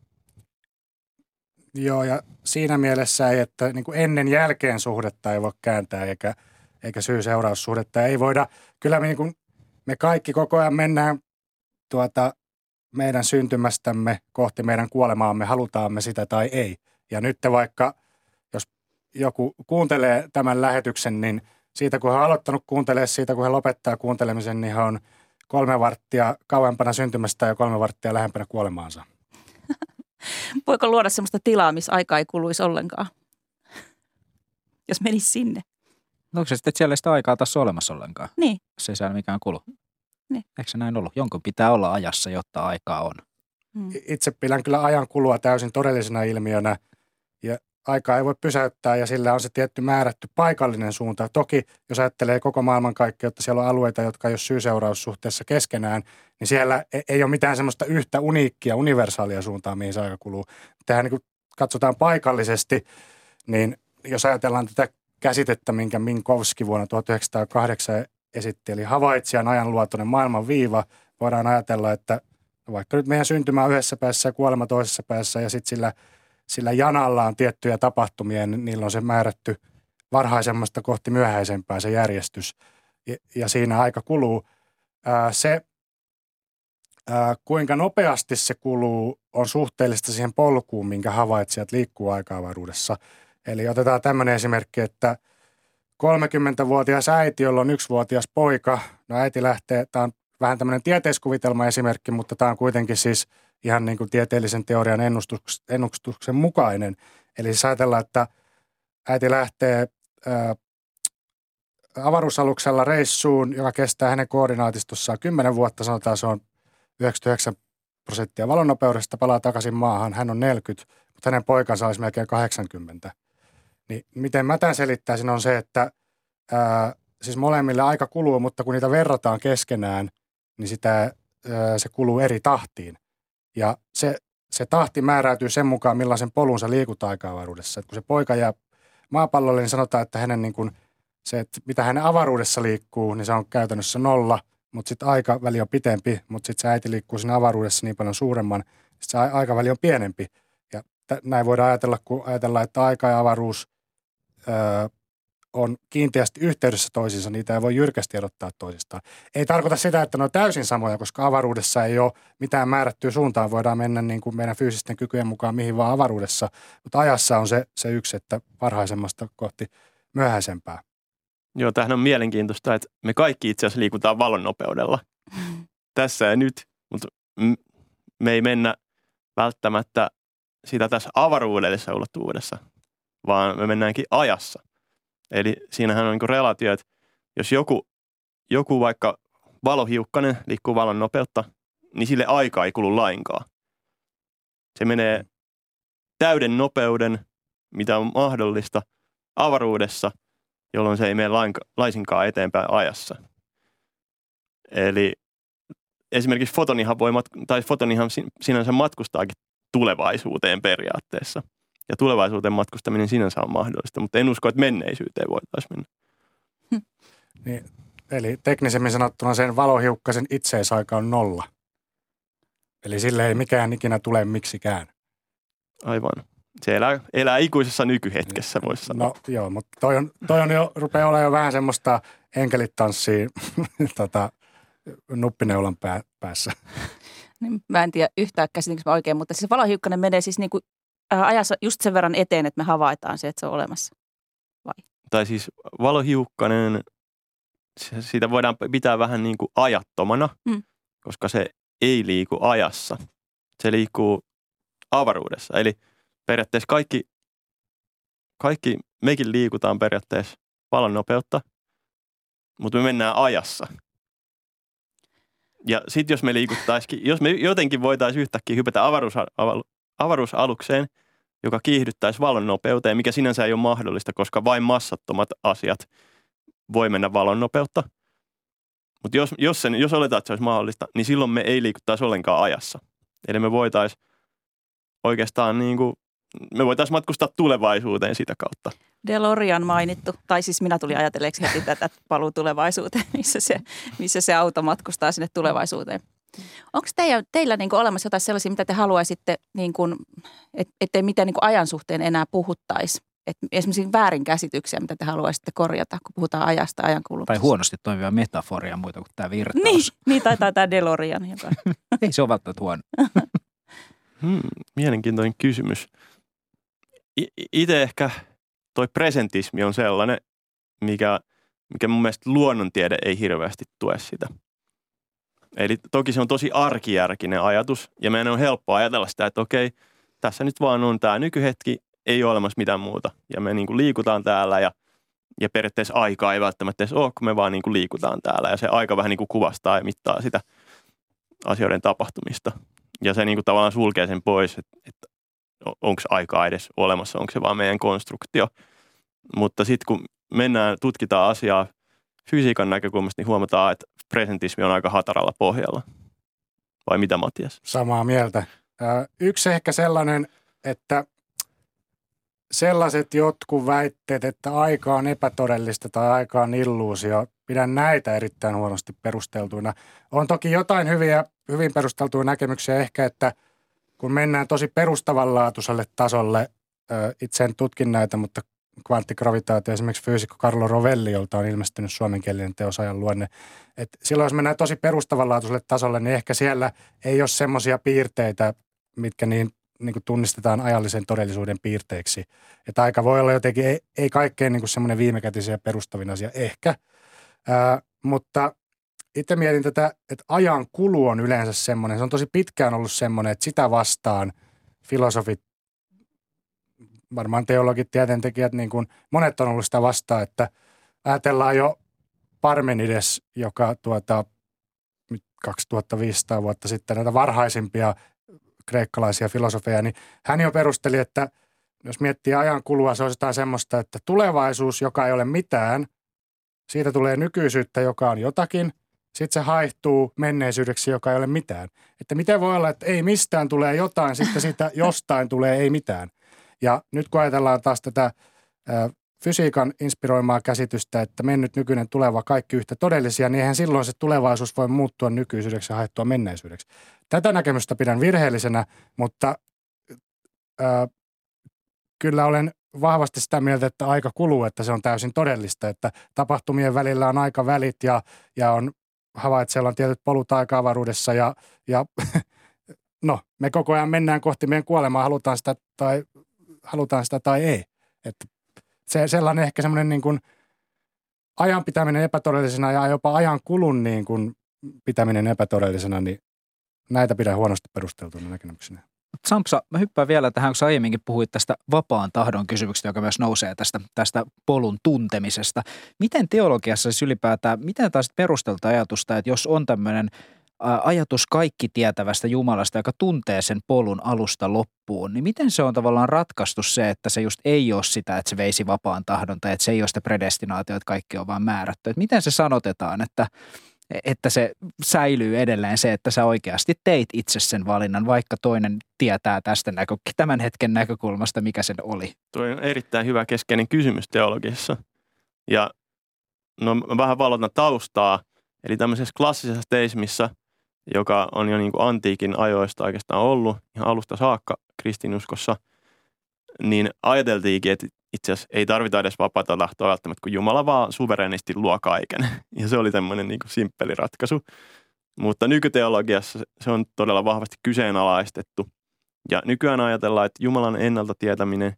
Joo, ja siinä mielessä ei, että niin kuin ennen jälkeen suhdetta ei voi kääntää, eikä syy-seuraussuhdetta ei voida. Kyllä me kaikki koko ajan mennään meidän syntymästämme kohti meidän kuolemaamme, halutaan me sitä tai ei. Ja nyt vaikka, jos joku kuuntelee tämän lähetyksen, niin siitä kun hän on aloittanut kuuntelemaan, siitä kun hän lopettaa kuuntelemisen, niin hän on 3 varttia kauempana syntymästä ja 3 varttia lähempänä kuolemaansa. Voiko luoda sellaista tilaa, missä aika ei kuluisi ollenkaan, jos menisi sinne? No onko se sitten, että siellä ei sitä aikaa taas olemassa ollenkaan? Niin. Se ei siellä mikään kulu. Niin. Eikö se näin ollut? Jonkun pitää olla ajassa, jotta aikaa on. Itse pidän kyllä ajan kulua täysin todellisena ilmiönä. Ja aikaa ei voi pysäyttää ja sillä on se tietty määrätty paikallinen suunta. Toki jos ajattelee koko maailmankaikkeutta, siellä on alueita, jotka ei ole syy-seuraussuhteessa keskenään, niin siellä ei ole mitään semmoista yhtä uniikkia, universaalia suuntaa, mihin se aika kuluu. Tähän niin kun katsotaan paikallisesti, niin jos ajatellaan tätä käsitettä, minkä Minkowski vuonna 1908 esitti, eli havaitsijan ajanluotoinen maailmanviiva, voidaan ajatella, että vaikka nyt meidän syntymä on yhdessä päässä ja kuolema toisessa päässä ja sitten sillä janalla on tiettyjä tapahtumia, niin niillä on se määrätty varhaisemmasta kohti myöhäisempää se järjestys ja siinä aika kuluu. Kuinka nopeasti se kuluu on suhteellista siihen polkuun, minkä havaitsijat liikkuu aika-avaruudessa. Eli otetaan tämmöinen esimerkki, että 30-vuotias äiti, jolla on 1-vuotias poika. No äiti lähtee, tämä on vähän tämmöinen tieteiskuvitelma esimerkki, mutta tämä on kuitenkin siis ihan niin kuin tieteellisen teorian ennustuksen mukainen. Eli siis ajatellaan, että äiti lähtee avaruusaluksella reissuun, joka kestää hänen koordinaatistossaan 10 vuotta, sanotaan se on 99% valonnopeudesta, palaa takaisin maahan, hän on 40, mutta hänen poikansa olisi melkein 80. Niin miten mä tämän selittäisin on se, että siis molemmille aika kuluu, mutta kun niitä verrataan keskenään, niin se kuluu eri tahtiin. Ja se tahti määräytyy sen mukaan, millaisen polun sä liikut aika-avaruudessa. Et kun se poika jää maapallolle, niin sanotaan, että hänen niin kun se, että mitä hänen avaruudessa liikkuu, niin se on käytännössä 0, mutta sitten aikaväli on pitempi, mutta sitten se äiti liikkuu siinä avaruudessa niin paljon suuremman, sitten se aikaväli on pienempi. Ja näin voidaan ajatella, kun ajatellaan, että aika ja avaruus on kiinteästi yhteydessä toisiinsa, niitä ei voi jyrkästi erottaa toisistaan. Ei tarkoita sitä, että ne on täysin samoja, koska avaruudessa ei ole mitään määrättyä suuntaan. Voidaan mennä niin kuin meidän fyysisten kykyjen mukaan mihin vaan avaruudessa, mutta ajassa on se yksi, että varhaisemmasta kohti myöhäisempää. Joo, tämähän on mielenkiintoista, että me kaikki itse asiassa liikutaan valon nopeudella tässä ja nyt, mutta me ei mennä välttämättä sitä tässä avaruudellisessa ulottuvuudessa, vaan me mennäänkin ajassa. Eli siinähän on niin kuin relaatio, että jos joku vaikka valohiukkanen liikkuu valon nopeutta, niin sille aika ei kulu lainkaan. Se menee täyden nopeuden, mitä on mahdollista avaruudessa, jolloin se ei mene laisinkaan eteenpäin ajassa. Eli esimerkiksi fotonihan sinänsä matkustaakin tulevaisuuteen periaatteessa. Ja tulevaisuuteen matkustaminen sinänsä on mahdollista, mutta en usko, että menneisyyteen voitaisiin mennä. Niin, eli teknisemmin sanottuna sen valohiukkasen itseisaika on 0. Eli sille ei mikään ikinä tule miksikään. Aivan. Se elää ikuisessa nykyhetkessä, voisi sanoa. No joo, mutta toi on jo, rupeaa olemaan jo vähän semmoista enkelitanssia nuppineulan päässä. Mä en tiedä yhtään käsitinkö mä oikein, mutta siis valohiukkanen menee siis niinku ajassa just sen verran eteen, että me havaitaan se, että se on olemassa. Vai? Tai siis valohiukkanen, siitä voidaan pitää vähän niin kuin ajattomana, koska se ei liiku ajassa. Se liikkuu avaruudessa. Eli periaatteessa kaikki mekin liikutaan periaatteessa valon nopeutta, mutta me mennään ajassa. Ja sitten jos me liikuttaisikin, jos me jotenkin voitaisiin yhtäkkiä hypätä avaruusalukseen, joka kiihdyttäisi valon nopeuteen, mikä sinänsä ei ole mahdollista, koska vain massattomat asiat voi mennä valon nopeutta. Mutta jos oletaan, että se olisi mahdollista, niin silloin me ei liikuttaisi ollenkaan ajassa. Eli me voitaisiin oikeastaan me voitaisiin matkustaa tulevaisuuteen sitä kautta. DeLorean mainittu, tai siis minä tulin ajatelleeksi heti tätä paluu tulevaisuuteen, missä se auto matkustaa sinne tulevaisuuteen. Onko teillä olemassa jotain sellaisia, mitä te haluaisitte, ettei mitään ajan suhteen enää puhuttaisi? Esimerkiksi väärinkäsityksiä, mitä te haluaisitte korjata, kun puhutaan ajasta, ajankulutuksesta. Tai huonosti toimivia metaforia muuta kuin tämä virtaus. Niin taitaa tämä DeLorean. Ei se ole välttämättä huono. Mielenkiintoinen kysymys. Itse ehkä toi presentismi on sellainen, mikä mun mielestä luonnontiede ei hirveästi tue sitä. Eli toki se on tosi arkijärkinen ajatus ja meidän on helppo ajatella sitä, että okei, tässä nyt vaan on tämä nykyhetki, ei ole olemassa mitään muuta. Ja me liikutaan täällä ja periaatteessa aikaa ei välttämättä edes ole, kun me vaan liikutaan täällä. Ja se aika vähän kuvastaa ja mittaa sitä asioiden tapahtumista. Ja se tavallaan sulkee sen pois, että onko aikaa edes olemassa, onko se vaan meidän konstruktio. Mutta sitten kun tutkitaan asiaa fysiikan näkökulmasta, niin huomataan, että presentismi on aika hataralla pohjalla. Vai mitä, Matias? Samaa mieltä. Yksi ehkä sellainen, että sellaiset jotkut väitteet, että aika on epätodellista tai aika on illuusio, pidän näitä erittäin huonosti perusteltuina. On toki jotain hyvin perusteltuja näkemyksiä ehkä, että kun mennään tosi perustavanlaatuiselle tasolle, itse en tutkin näitä, mutta kvanttigravitaatio, esimerkiksi fyysikko Carlo Rovelli, jolta on ilmestynyt suomenkielinen teos Ajan luonne. Et silloin jos mennään tosi perustavanlaatuiselle tasolle, niin ehkä siellä ei ole semmoisia piirteitä, mitkä niin kuin tunnistetaan ajallisen todellisuuden piirteiksi. Että aika voi olla jotenkin, ei kaikkein niin kuin semmoinen viimekätisen ja perustavin asia ehkä, mutta itse mietin tätä, että ajan kulu on yleensä semmoinen, se on tosi pitkään ollut semmoinen, että sitä vastaan filosofit, varmaan teologit, tieteentekijät, niin kuin monet on ollut sitä vastaan, että ajatellaan jo Parmenides, joka 2500 vuotta sitten näitä varhaisimpia kreikkalaisia filosofeja, niin hän jo perusteli, että jos miettii ajan kulua, se on jotain semmoista, että tulevaisuus, joka ei ole mitään, siitä tulee nykyisyyttä, joka on jotakin, sitten se haihtuu menneisyydeksi, joka ei ole mitään. Että miten voi olla, että ei mistään tulee jotain, sitten siitä jostain tulee ei mitään. Ja nyt kun ajatellaan taas tätä fysiikan inspiroimaa käsitystä, että mennyt, nykyinen, tuleva, kaikki yhtä todellisia, niin eihän silloin se tulevaisuus voi muuttua nykyisyydeksi ja haettua menneisyydeksi. Tätä näkemystä pidän virheellisenä, mutta kyllä olen vahvasti sitä mieltä, että aika kuluu, että se on täysin todellista, että tapahtumien välillä on aikavälit ja on havaitsella on tietyt polut aika-avaruudessa ja no, me koko ajan mennään kohti meidän kuolemaa, halutaan sitä tai ei. Että se sellainen ehkä semmoinen niin kuin ajan pitäminen epätodellisena ja jopa ajan kulun niin kuin pitäminen epätodellisena, niin näitä pidän huonosti perusteltuna näkemyksinä. Sampsa, mä hyppään vielä tähän, kun sä aiemminkin puhuit tästä vapaan tahdon kysymyksestä, joka myös nousee tästä polun tuntemisesta. Miten teologiassa siis ylipäätään, miten taas perusteltu ajatusta, että jos on tämmöinen ajatus kaikki tietävästä Jumalasta, joka tuntee sen polun alusta loppuun, niin miten se on tavallaan ratkaistu se, että se just ei ole sitä, että se veisi vapaan tahdon tai että se ei ole sitä predestinaatio, että kaikki on vaan määrätty. Että miten se sanotetaan, että se säilyy edelleen se, että sä oikeasti teit itse sen valinnan, vaikka toinen tietää tästä tämän hetken näkökulmasta, mikä sen oli? Tuo on erittäin hyvä keskeinen kysymys teologiassa. Ja no mä vähän valotan taustaa, eli tämmöisessä klassisessa teismissa, joka on jo niin kuin antiikin ajoista oikeastaan ollut, ihan alusta saakka kristinuskossa, niin ajateltiinkin, että itse asiassa ei tarvita edes vapaata tahtoa välttämättä, kun Jumala vaan suverenisti luo kaiken. Ja se oli tämmöinen niin kuin simppeli ratkaisu. Mutta nykyteologiassa se on todella vahvasti kyseenalaistettu. Ja nykyään ajatellaan, että Jumalan ennalta tietäminen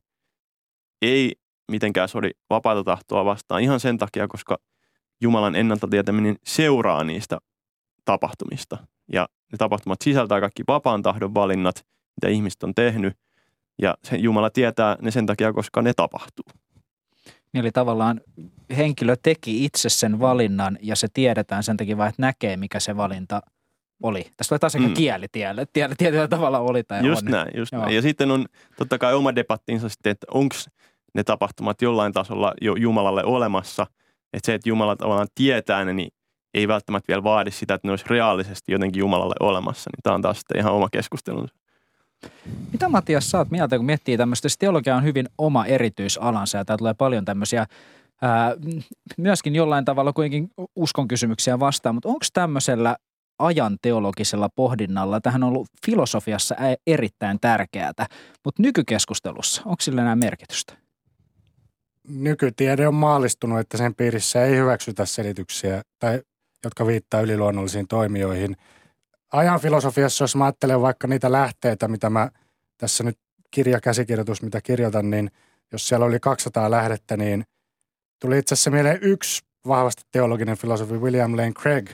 ei mitenkään sodi vapaata tahtoa vastaan ihan sen takia, koska Jumalan ennalta tietäminen seuraa niistä tapahtumista. Ja ne tapahtumat sisältää kaikki vapaan tahdon valinnat, mitä ihmiset on tehnyt. Ja Jumala tietää ne sen takia, koska ne tapahtuu. Eli tavallaan henkilö teki itse sen valinnan ja se tiedetään sen takia vaan, että näkee, mikä se valinta oli. Tässä oli taas ehkä kielitielle. Tietyllä tavalla oli tai just on. Just näin. Ja sitten on totta kai oma debattinsa sitten, että onko ne tapahtumat jollain tasolla jo Jumalalle olemassa. Että se, että Jumala tavallaan tietää ne, niin ei välttämättä vielä vaadi sitä, että ne olisi reaalisesti jotenkin Jumalalle olemassa. Niin tämä on taas sitten ihan oma keskustelunsa. Mitä Matias sä oot mieltä, kun miettii tämmöistä, teologia on hyvin oma erityisalansa ja täällä tulee paljon tämmöisiä myöskin jollain tavalla kuitenkin uskon kysymyksiä vastaan, mutta onko tämmöisellä ajan teologisella pohdinnalla, tähän on ollut filosofiassa erittäin tärkeää, mutta nykykeskustelussa, onko sillä enää merkitystä? Nykytiede on maallistunut, että sen piirissä ei hyväksytä selityksiä, tai jotka viittaa yliluonnollisiin toimijoihin. Ajan filosofiassa, jos mä ajattelen vaikka niitä lähteitä, mitä mä tässä nyt käsikirjoitus, mitä kirjoitan, niin jos siellä oli 200 lähdettä, niin tuli itse asiassa mieleen yksi vahvasti teologinen filosofi, William Lane Craig.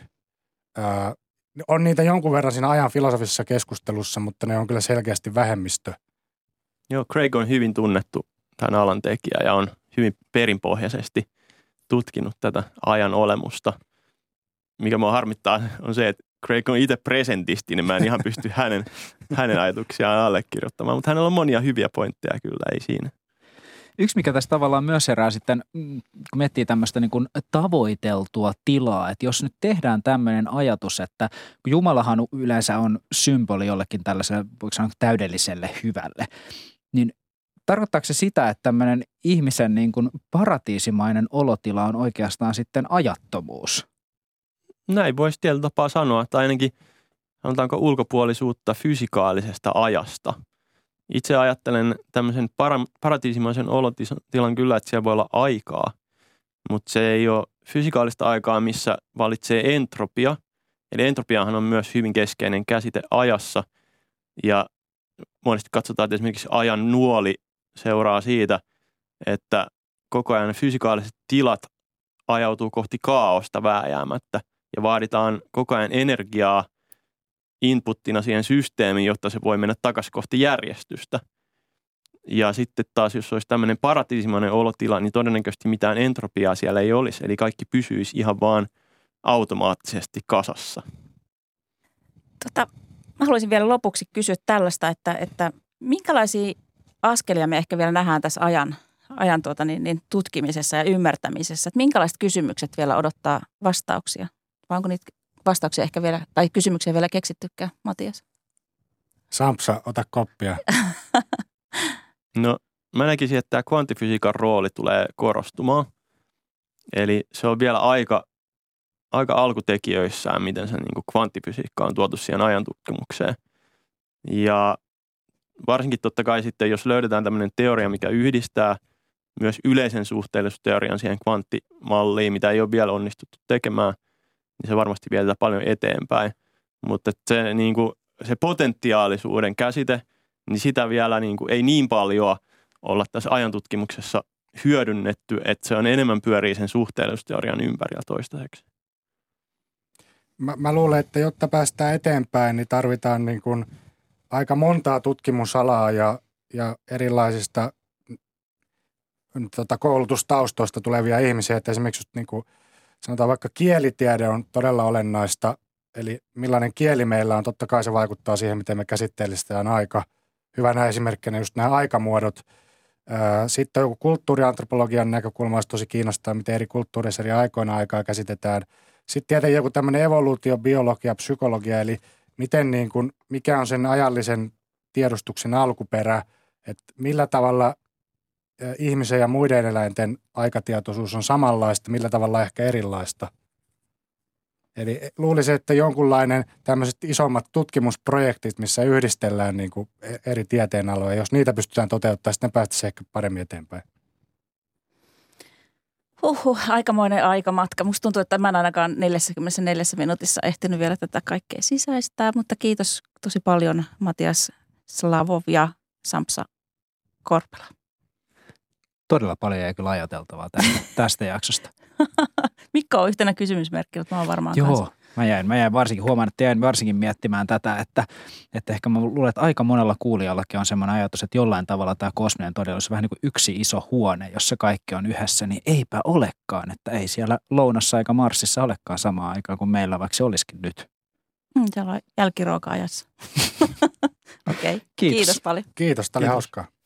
On niitä jonkun verran siinä ajan filosofisessa keskustelussa, mutta ne on kyllä selkeästi vähemmistö. Joo, Craig on hyvin tunnettu tämän alan tekijä ja on hyvin perinpohjaisesti tutkinut tätä ajan olemusta. Mikä mua harmittaa on se, että Craig on itse presentisti, niin mä en ihan pysty hänen ajatuksiaan allekirjoittamaan, mutta hänellä on monia hyviä pointteja kyllä, ei siinä. Yksi, mikä tässä tavallaan myös herää sitten, kun miettii tämmöistä niin kuin tavoiteltua tilaa, että jos nyt tehdään tämmöinen ajatus, että Jumalahan yleensä on symboli jollekin tällaiselle, voiko sanoa, täydelliselle hyvälle, niin tarkoittaako se sitä, että tämmöinen ihmisen niin kuin paratiisimainen olotila on oikeastaan sitten ajattomuus? Näin voisi tietyllä tapaa sanoa, että ainakin sanotaanko ulkopuolisuutta fysikaalisesta ajasta. Itse ajattelen tämmöisen paratiisimaisen olotilan kyllä, että siellä voi olla aikaa, mutta se ei ole fysikaalista aikaa, missä valitsee entropia. Eli entropiahan on myös hyvin keskeinen käsite ajassa ja monesti katsotaan, että esimerkiksi ajan nuoli seuraa siitä, että koko ajan fysikaaliset tilat ajautuu kohti kaaosta vääjäämättä ja vaaditaan koko ajan energiaa inputtina siihen systeemiin, jotta se voi mennä takaisin kohti järjestystä. Ja sitten taas, jos olisi tämmöinen paratiisimainen olotila, niin todennäköisesti mitään entropiaa siellä ei olisi. Eli kaikki pysyisi ihan vaan automaattisesti kasassa. Mä haluaisin vielä lopuksi kysyä tällaista, että minkälaisia askelia me ehkä vielä nähdään tässä ajan tutkimisessa ja ymmärtämisessä. Että minkälaiset kysymykset vielä odottaa vastauksia? Vai onko niitä vastauksia ehkä vielä, tai kysymyksiä vielä keksittykään, Matias? Sampsa, ota koppia. No, mä näkisin, että tämä kvanttifysiikan rooli tulee korostumaan. Eli se on vielä aika alkutekijöissään, miten se niin kuin kvanttifysiikka on tuotu siihen ajan tutkimukseen. Ja varsinkin totta kai sitten, jos löydetään tämmöinen teoria, mikä yhdistää myös yleisen suhteellisuusteorian siihen kvanttimalliin, mitä ei ole vielä onnistuttu tekemään, niin se varmasti vie tätä paljon eteenpäin. Mutta se, niin kuin, se potentiaalisuuden käsite, niin sitä vielä niin kuin, ei niin paljon olla tässä ajantutkimuksessa hyödynnetty, että se on enemmän pyörii sen suhteellisuusteorian ympärillä toistaiseksi. Mä luulen, että jotta päästään eteenpäin, niin tarvitaan niin kuin aika montaa tutkimusalaa ja erilaisista koulutustaustoista tulevia ihmisiä. Että esimerkiksi just niin kuin sanotaan vaikka kielitiede on todella olennaista. Eli millainen kieli meillä on, totta kai se vaikuttaa siihen, miten me käsitteellistetään aika. Hyvänä esimerkkinä just nämä aikamuodot. Sitten joku kulttuuriantropologian näkökulma olisi tosi kiinnostaa, miten eri kulttuureissa eri aikoina aikaa käsitetään. Sitten tietenkin joku tämmöinen evoluutio, biologia, psykologia, eli miten niin kuin, mikä on sen ajallisen tiedostuksen alkuperä, että millä tavalla ihmisen ja muiden eläinten aikatietoisuus on samanlaista, millä tavalla ehkä erilaista. Eli luulisin, että jonkunlainen tämmöiset isommat tutkimusprojektit, missä yhdistellään niin kuin eri tieteenaloja, jos niitä pystytään toteuttamaan, sitten päästäisiin ehkä paremmin eteenpäin. Aikamoinen aikamatka. Musta tuntuu, että mä en ainakaan 44 minuutissa ehtinyt vielä tätä kaikkea sisäistää, mutta kiitos tosi paljon Matias Slavov ja Sampsa Korpela. Todella paljon jäi kyllä ajateltavaa tästä jaksosta. Mikko on yhtenä kysymysmerkki, mutta mä oon varmaan Joo, kanssa. mä jäin varsinkin huomaan, että jäin varsinkin miettimään tätä, että ehkä mä luulen, että aika monella kuulijallakin on semmoinen ajatus, että jollain tavalla tämä kosminen todellisuus on vähän niin kuin yksi iso huone, jossa kaikki on yhdessä, niin eipä olekaan, että ei siellä Lounassa eikä Marsissa olekaan samaan aikaan kuin meillä, vaikka se olisikin nyt. Siellä on jälkiruoka-ajassa. Okei. Kiitos. Kiitos paljon. Kiitos, tämä oli hauskaa.